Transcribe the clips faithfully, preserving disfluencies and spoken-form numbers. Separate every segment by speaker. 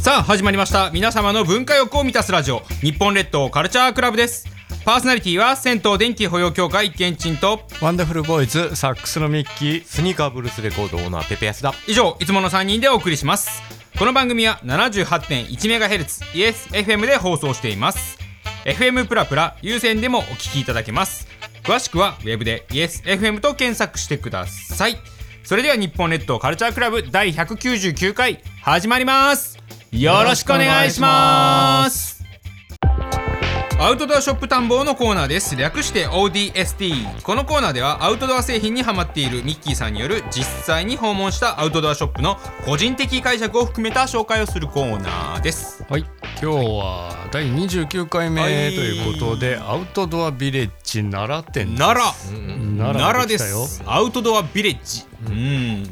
Speaker 1: さあ始まりました、皆様の文化欲を満たすラジオ、日本列島カルチャークラブです。パーソナリティは銭湯電気保養協会ケンチンと
Speaker 2: ワンダフルボーイズサックスのミッキー、
Speaker 3: スニーカーブルースレコードオーナーペペヤスだ。
Speaker 1: 以上いつものさんにんでお送りします。この番組は ななじゅうはちてんいちメガヘルツ イエスエフエム で放送しています。 エフエム プラプラ有線でもお聞きいただけます。詳しくはウェブで イエスエフエム と検索してください。それでは日本列島カルチャークラブだいひゃくきゅうじゅうきゅうかい始まります。よろしくお願いします。アウトドアショップ探訪のコーナーです。略して オーディーエスティー。 このコーナーではアウトドア製品にハマっているミッキーさんによる実際に訪問したアウトドアショップの個人的解釈を含めた紹介をするコーナーです。
Speaker 2: はい、今日はだいにじゅうきゅうかいめということで、アウトドアビレッジ奈良店です。
Speaker 1: 奈良、
Speaker 2: 奈
Speaker 1: 奈良です。アウトドアビレッジ、うん、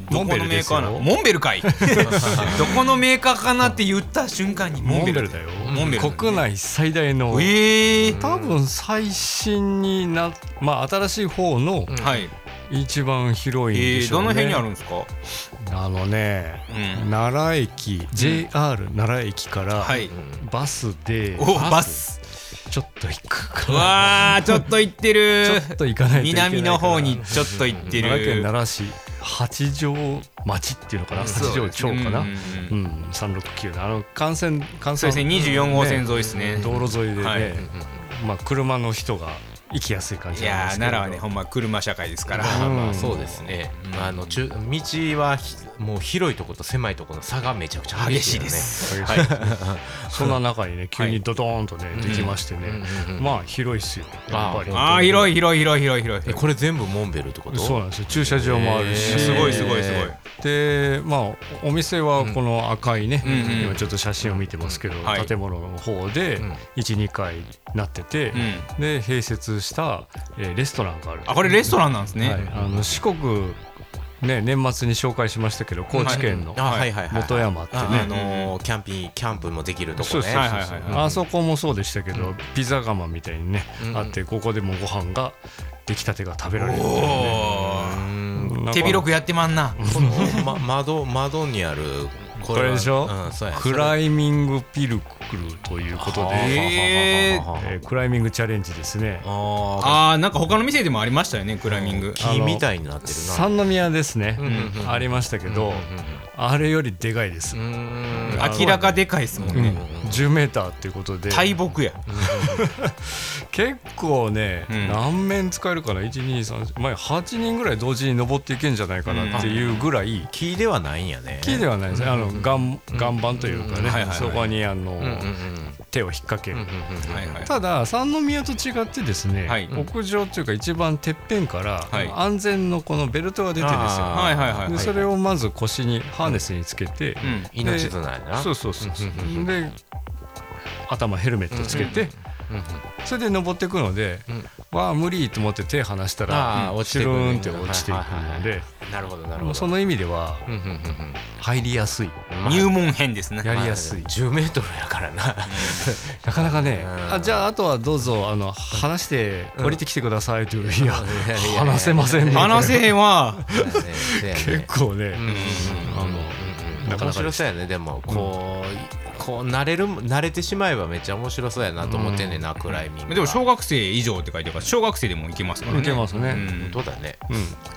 Speaker 1: どこのメーカーなの？モンベルかいどこのメーカーかなって言った瞬間にモンベルだよ。
Speaker 2: モンベル国内最大の、
Speaker 1: えー、
Speaker 2: 多分最新にな、まあ新しい方の一番広いんでしょうね。
Speaker 1: えー、どの辺にあるんですか？
Speaker 2: あのね、うん、奈良駅、ジェイアール 奈良駅からバスで、
Speaker 1: おバス
Speaker 2: ちょっと行くか。
Speaker 1: わー、ちょっと行ってる
Speaker 2: ちょっと行かないといけないから。
Speaker 1: 南の方にちょっと行ってる。
Speaker 2: 奈良県奈良市八条町っていうのかな、八条町かな、うん、うん、さんろくきゅうのあの幹線幹線、
Speaker 1: ね、にじゅうよん号線沿いですね。
Speaker 2: 道路沿いでね、はい、まあ、車の人が行きやすい感じなんですけど。
Speaker 1: いやー、奈良はねほんま車社会ですから、
Speaker 3: まあまあそうですね、うん、あの中道はもう広いところと狭いところの差がめちゃくちゃ激しいです、ね、
Speaker 2: 激しいです、はい、そんな中にね急にドドーンとね、はい、できましてね、うんうんうん、まあ広いっすよやっぱり。
Speaker 1: ああ広い広い広い広い広い。
Speaker 3: これ全部モンベルってこと？
Speaker 2: そうなんですよ、駐車場もあるし、
Speaker 1: すごいすごいすごい。
Speaker 2: でまあお店はこの赤いね、うん、今ちょっと写真を見てますけど、うん、建物の方で いち,に 階なってて、うん、で併設したレストランがある。
Speaker 1: あ、これレストランなんですね、
Speaker 2: はい、あの四国ね、年末に紹介しましたけど、高知県の本山ってね、
Speaker 3: あのー、キャンピーキャンプもできるとこね。
Speaker 2: あそこもそうでしたけど、うん、ピザ窯みたいにね、うん、あって、ここでもご飯が出来たてが食べられる、
Speaker 1: ね、手広くやってまんな。
Speaker 3: この、ま、窓, 窓にある
Speaker 2: これでしょ、うん、そうやクライミングピルクルということで、えーえー、クライミングチャレンジですね。
Speaker 1: ああ、なんか他の店でもありましたよね、クライミング。
Speaker 3: 木みたいになってるな。
Speaker 2: 三宮ですね、うんうんうん、ありましたけど、うんうんうん、あれよりでかいです。うーん、
Speaker 1: 明らかでかいですもんね、
Speaker 2: うん、じゅうメーターっていうことで
Speaker 1: 大木や
Speaker 2: 結構ね、うん、何面使えるかな、いち、に、さん、前はちにんぐらい同時に登っていけんじゃないかなっていうぐらい、うん、
Speaker 3: 木ではないんやね。
Speaker 2: 木ではないですね、あの岩盤というかね、そこにあの、うんうんうん、手を引っ掛ける、うんうんうん、ただ三宮と違ってですね、はい、屋上というか一番てっぺんから、はい、安全のこのベルトが出てるんですよ、はいはいはい、でそれをまず腰にハーネスにつけて、うん、
Speaker 3: 命綱やな。
Speaker 2: そうそうそうで頭ヘルメットつけて、うんうん、それで登っていくので、うん、わあ無理と思って手離したらシュルーンって落ちていくので、
Speaker 3: なるほどなるほど、
Speaker 2: その意味では入りやすい、
Speaker 1: 入門編ですね。
Speaker 2: やりやすい、
Speaker 3: じゅうメートルやからな
Speaker 2: なかなかね、あ、じゃああとはどうぞあの離して降りてきてくださいという、いや離せませんね、
Speaker 1: 離せへんわ
Speaker 2: 結構ね、あの
Speaker 3: なかなか面白そうやね。でもこう、うん、こう慣れる慣れてしまえばめっちゃ面白そうやなと思ってんねんな、うん、クライミング。
Speaker 1: でも小学生以上って書いてるから小学生でも行けますからね。
Speaker 2: 行けますね、うん、
Speaker 3: そうだね、
Speaker 2: うん、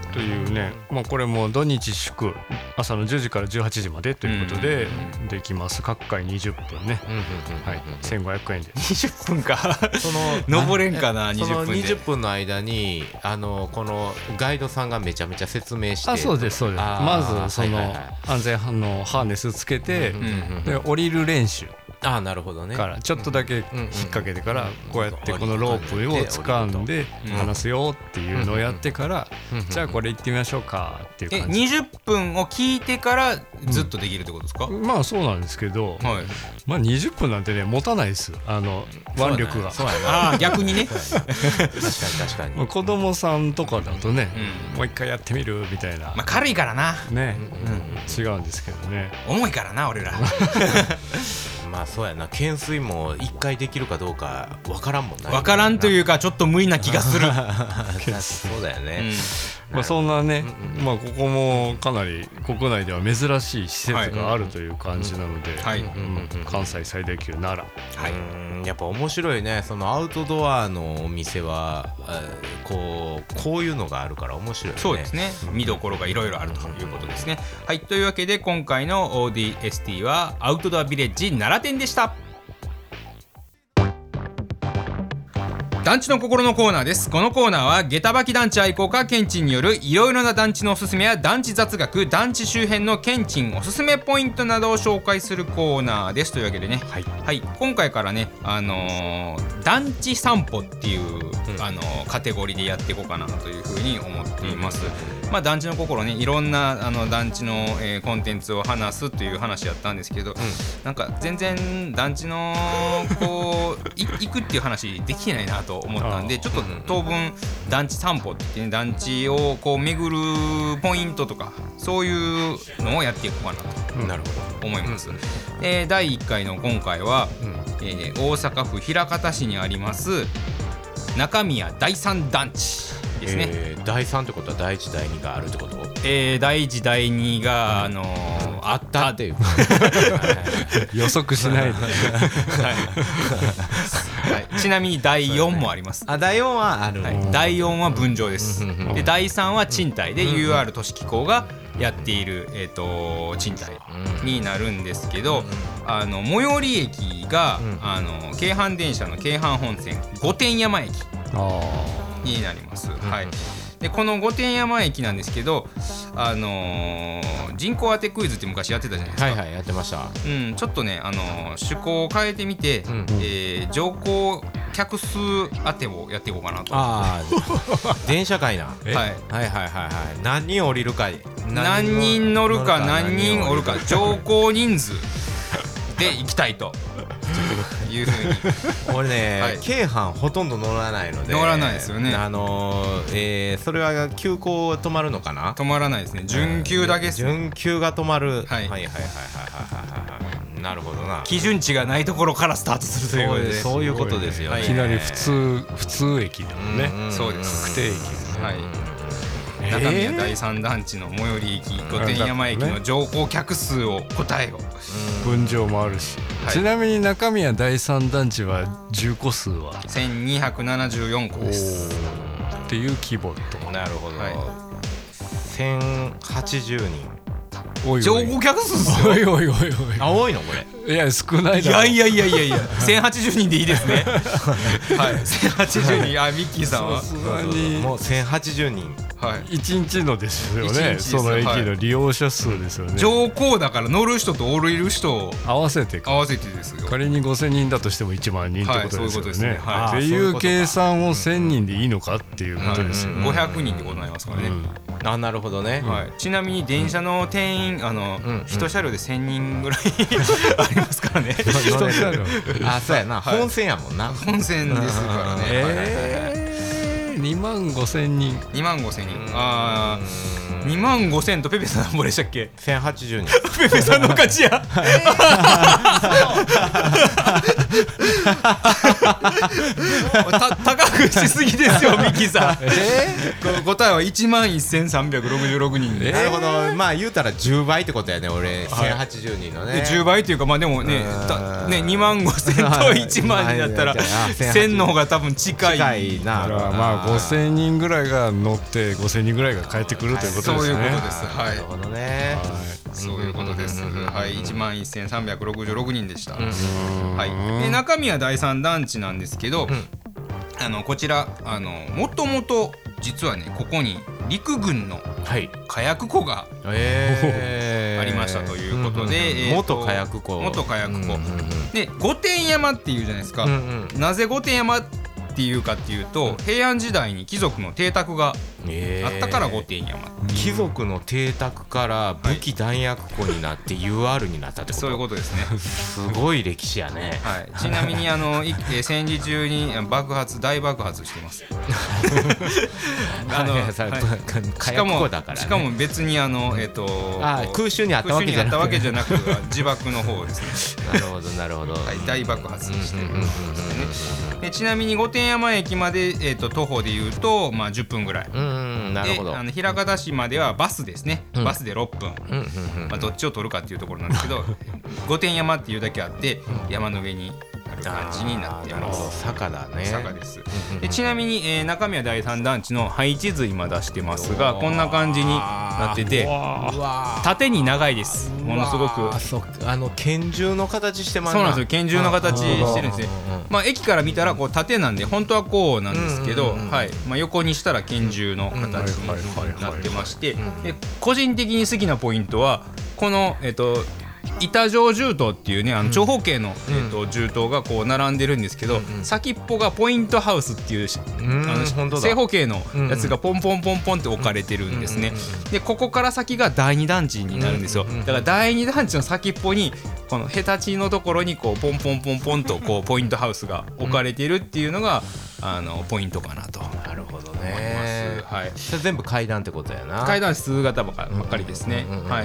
Speaker 2: というね、まあ、これも土日祝朝のじゅうじからじゅうはちじまでということでできます。各回にじゅっぷんね、うんうんうん、はい、せんごひゃくえんで
Speaker 1: にじゅっぷんかその登れんかな、にじゅっぷんで。
Speaker 3: そのにじゅっぷんの間にあのこのガイドさんがめちゃめちゃ説明して。
Speaker 2: あ、そうですそうです。まずその、はいはいはい、安全のハーネスつけて、うんうんうん、で降りる練習、
Speaker 3: ああ、なるほどね、
Speaker 2: からちょっとだけ引っ掛けてからこうやってこのロープを掴んで離すよっていうのをやってから、じゃあこれ行ってみましょうかっていう感じ。
Speaker 1: えにじゅっぷんを聞いてからずっとできるってことですか？
Speaker 2: うん、まあそうなんですけど、はい、まあにじゅっぷんなんてね持たないです、あの腕力が。
Speaker 3: そうやな、
Speaker 1: あ、逆にね
Speaker 3: 確かに確かに。
Speaker 2: 子供さんとかだとね、うん、もう一回やってみるみたいな、
Speaker 1: まあ軽いからな
Speaker 2: ね、うん、違うんですけどね、
Speaker 1: 重いからな俺ら
Speaker 3: まあそうやな、懸垂も一回できるかどうか分からんもんな。
Speaker 1: 分からんというかちょっと無理な気がする
Speaker 3: そうだよね、
Speaker 2: まあそんなね、うんうん、まあここもかなり国内では珍しい施設があるという感じなので、はい、うん、関西最大級奈良、
Speaker 3: はい、うんやっぱ面白いね。そのアウトドアのお店はこうこういうのがあるから面白いね。
Speaker 1: そうですね、見どころがいろいろあるということですね。はい、というわけで今回の オーディーエスティー はアウトドアビレッジ奈良店でした。団地の心のコーナーです。このコーナーは下駄履き団地愛好家ケンチンによるいろいろな団地のおすすめや団地雑学、団地周辺のケンチンおすすめポイントなどを紹介するコーナーです。というわけでね、はいはい、今回からね、あのー、団地散歩っていう、うん、あのー、カテゴリーでやっていこうかなというふうに思っています。うん、まあ、団地の心ね、いろんなあの団地の、えー、コンテンツを話すという話やったんですけど、うん、なんか全然団地のこうい行くっていう話できないなと思ったんで、ちょっと当分団地散歩って言ってね、団地をこう巡るポイントとかそういうのをやっていこうかなと、うん、なるほど思います。うん、えー、だいいっかいの今回は、うん、えー、大阪府枚方市にあります中宮第三団地ですね。
Speaker 3: えー、だいさんってことはだいいちだいにがあるってこと？
Speaker 1: えー、だいいちだいにが、うん、あのー、あったっていう
Speaker 2: 予測しないで、はい
Speaker 1: はい、ちなみにだいよんもあります。
Speaker 3: あ、だいよんはある、はい、
Speaker 1: だいよんは分譲です。でだいさんは賃貸で ユーアール 都市機構がやっている、えー、と賃貸になるんですけど、あの最寄り駅が、うん、あの京阪電車の京阪本線御殿山駅になります。はい、でこの御殿山駅なんですけど、あのー、人口当てクイズって昔やってたじゃないですか。
Speaker 3: はいはい、やってました。
Speaker 1: うん、ちょっとね、あのー、趣向を変えてみて、うん、えー、乗降客数当てをやっていこうかなと。
Speaker 3: あ電車かいな。はい、はいはいはいはい。何人降りるか、
Speaker 1: 何人乗るか何人降るか乗降人数で行きたいというふうに
Speaker 3: 俺ね、はい、京阪ほとんど乗らないので。
Speaker 1: 乗らないですよね。
Speaker 3: あのーえー、それは急行止まるのかな。
Speaker 1: 止まらないですね。準急だけです、
Speaker 3: ね、準急が止まる。はいはいはいはいはいはい。なるほどな。
Speaker 1: 基準値がないところからスタートするということで、
Speaker 3: そういうことですよね。
Speaker 2: いきなり普通普通駅だもんね。
Speaker 1: うん、そうです。
Speaker 2: 確定駅ですね。はい。
Speaker 1: 中宮第三団地の最寄り駅、御殿山駅の乗降客数を答えを。
Speaker 2: 分譲もあるし、はい、ちなみに中宮第三団地は住戸数は
Speaker 1: せんにひゃくななじゅうよんこです。
Speaker 2: っていう規模と。
Speaker 3: なるほど。はい、せんはちじゅうにん。
Speaker 1: おいおい乗降客数ですよ。
Speaker 2: おいおいおいおい。
Speaker 3: あ、多いのこれ。
Speaker 2: いや少ないだろ。
Speaker 1: いやいやいやいやいやせんはちじゅうにんでいいですね。はい、せんはちじゅうにん。あ、ミッキーさんは
Speaker 3: もうせんはちじゅうにん。
Speaker 2: はい、いちにちのですよね。その駅の利用者数ですよね。
Speaker 1: 乗降だから乗る人と降りる人を
Speaker 2: 合わせて
Speaker 1: 合わせてですよ。
Speaker 2: 仮にごせんにんだとしてもいちまんにんってことですよね。っていう計算をせんにんでいいのかっていうことですよね。
Speaker 1: ごひゃくにんってことになりますからね。
Speaker 3: あ、なるほどね。
Speaker 1: はい、ちなみに電車の定員、あの一車両でせんにんぐらいありますからね。
Speaker 2: 一車両。
Speaker 3: あ、そうやな。本線やもんな。
Speaker 1: 本線ですからね。
Speaker 2: えーにまんごせんにん。
Speaker 1: にまんごせんにん。ああ、にまんごせんとペペさん何ぼでしたっけ？
Speaker 3: せんはちじゅうにん。
Speaker 1: ペペさんの勝ちや。た高くしすぎですよ、ミキさん。えー、答えはいちまんせんさんびゃくろくじゅうろくにんで。
Speaker 3: なるほど。まあ言うたらじゅうばいってことやね、俺。せんはちじゅうにんのね。
Speaker 1: じゅうばいっていうか、まあでもね、ねにまんごせんといちまんになったらせんの方が多分近い。
Speaker 3: 近いな。
Speaker 2: まあごせんにんぐらいが乗ってごせんにんぐらいが帰ってくるということですね。
Speaker 1: そういうことです。はい。
Speaker 3: なるほどね。
Speaker 1: そういうことです。はい、いちまんせんさんびゃくろくじゅうろくにんでした。はい。で中宮第三団地なんですけど、あのこちらあのもともと実はね、ここに陸軍の火薬庫がありましたということで、
Speaker 3: 元火薬庫。
Speaker 1: 元火薬庫で御殿山っていうじゃないですか。なぜ御殿山っていうかっていうと、平安時代に貴族の邸宅があったから御殿山。
Speaker 3: 貴族の邸宅から武器弾薬庫になって ユーアール になったってこと。
Speaker 1: そういうことですね。
Speaker 3: すごい歴史やね。
Speaker 1: はい、ちなみにあの戦時中に爆発大爆発してます。
Speaker 3: あの火薬庫だからね。
Speaker 1: しかも別にあのえっと
Speaker 3: 空襲にあったわけじゃなく、
Speaker 1: 空襲にあったわけじゃなく自爆の方ですね。
Speaker 3: なるほどなるほど。
Speaker 1: 大爆発してるんですね。でちなみに御殿天山駅まで、えー、と徒歩でいうと、まあ、じゅっぷんぐらい。
Speaker 3: うん、なるほど。
Speaker 1: であの枚方市まではバスですね、うん、バスでろっぷん、うんうんうんまあ、どっちを取るかっていうところなんですけど御殿山っていうだけあって山の上にある感じになっています。
Speaker 3: 坂だね。
Speaker 1: 坂です。でちなみに、えー、中身はだいさん団地の配置図今出してますが、こんな感じになってて縦に長いです。ものすごく
Speaker 3: あの拳銃の形してます。
Speaker 1: そうなんですよ、拳銃の形してるんですね。まあ、駅から見たらこう縦なんで本当はこうなんですけど、はいまあ、横にしたら拳銃の形になってまして、で個人的に好きなポイントはこの、えっと板状銃刀っていうね、あの長方形の、うんえー、と銃刀がこう並んでるんですけど、うんうん、先っぽがポイントハウスっていうあの正方形のやつがポンポンポンポンって置かれてるんですね。でここから先がだいに団地になるんですよ。だからだいに団地の先っぽにこのヘタチのところにこうポンポンポンポンとこうポイントハウスが置かれてるっていうのがあのポイントかなと。
Speaker 3: なるほどね。はい、それ全部階段ってことやな。
Speaker 1: 階段室型ばっかりですね。はい。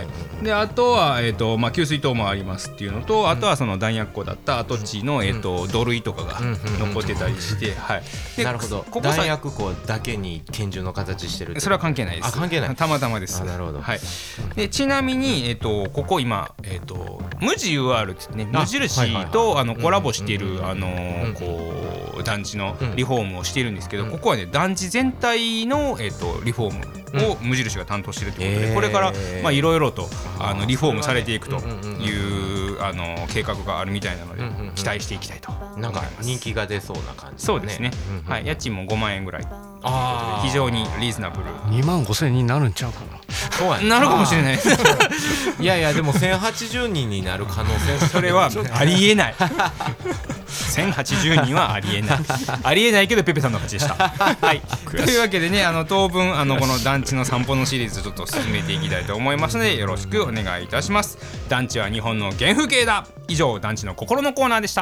Speaker 1: であとは、えーとまあ、給水塔もありますっていうのと、あとはその弾薬庫だった跡地の、えーと土塁とかが残ってたりして、はい。
Speaker 3: なるほど。ここ弾薬庫だけに拳銃の形してるって。
Speaker 1: それは関係ないです。
Speaker 3: あ、関係ない。
Speaker 1: たまたまです。
Speaker 3: なるほど。
Speaker 1: はい。でちなみに、えーとここ今、えーと無地 ユーアール ってね、無印とあのコラボしているあのこう団地のリフォームをしているんですけど、ここはね団地全体の、えー、とリフォームを無印が担当しているということで、これからいろいろとあのリフォームされていくというあの計画があるみたいなので期待していきたいと思います。
Speaker 3: なんか人気が出そうな感じ、ね、
Speaker 1: そうですね、はい、家賃もごまんえんぐらい、あ非常にリーズナブル。
Speaker 2: にまんごせんになるんちゃうかな。
Speaker 1: そうやね、なるかもしれない
Speaker 3: いやいやでもせんはちじゅうにんになる可能性
Speaker 1: それはありえないせんはちじゅうにんはありえないありえないけどペペさんの勝ちでした、はい、というわけでね、あの当分あのこの団地の散歩のシリーズちょっと進めていきたいと思いますのでよろしくお願いいたします。団地は日本の原風景だ。以上、団地の心のコーナーでした。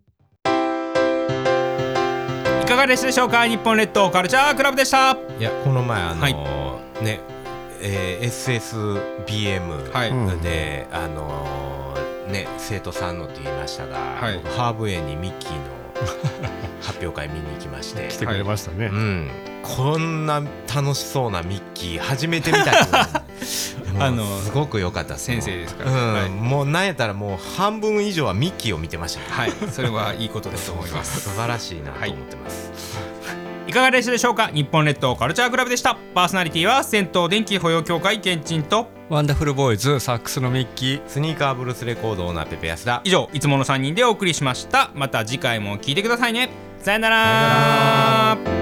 Speaker 1: いかがでしたでしょうか。日本列島カルチャークラブでした。い
Speaker 3: やこの前あのーはい、ねえー、エスエスビーエム で、はい、あのー、ね生徒さんのって言いましたが、はい、ハーブ園にミッキーの発表会見に行きまして
Speaker 2: 来てくれましたね、
Speaker 3: うん、こんな楽しそうなミッキー初めて見たあのすごく良かった
Speaker 1: 先生ですから、
Speaker 3: うんはい、もうなんやったらもう半分以上はミッキーを見てました、ね、
Speaker 1: はいそれはいいことだと思います
Speaker 3: 素晴らしいなと思ってます、
Speaker 1: はい、いかがでしたでしょうか。日本列島カルチャークラブでした。パーソナリティは銭湯電気保養協会ケンチンと
Speaker 2: ワンダフルボーイズサックスのミッキー、
Speaker 3: スニーカーブルースレコードオーナーペペヤスだ。
Speaker 1: 以上いつものさんにんでお送りしました。また次回も聞いてくださいね。さよなら。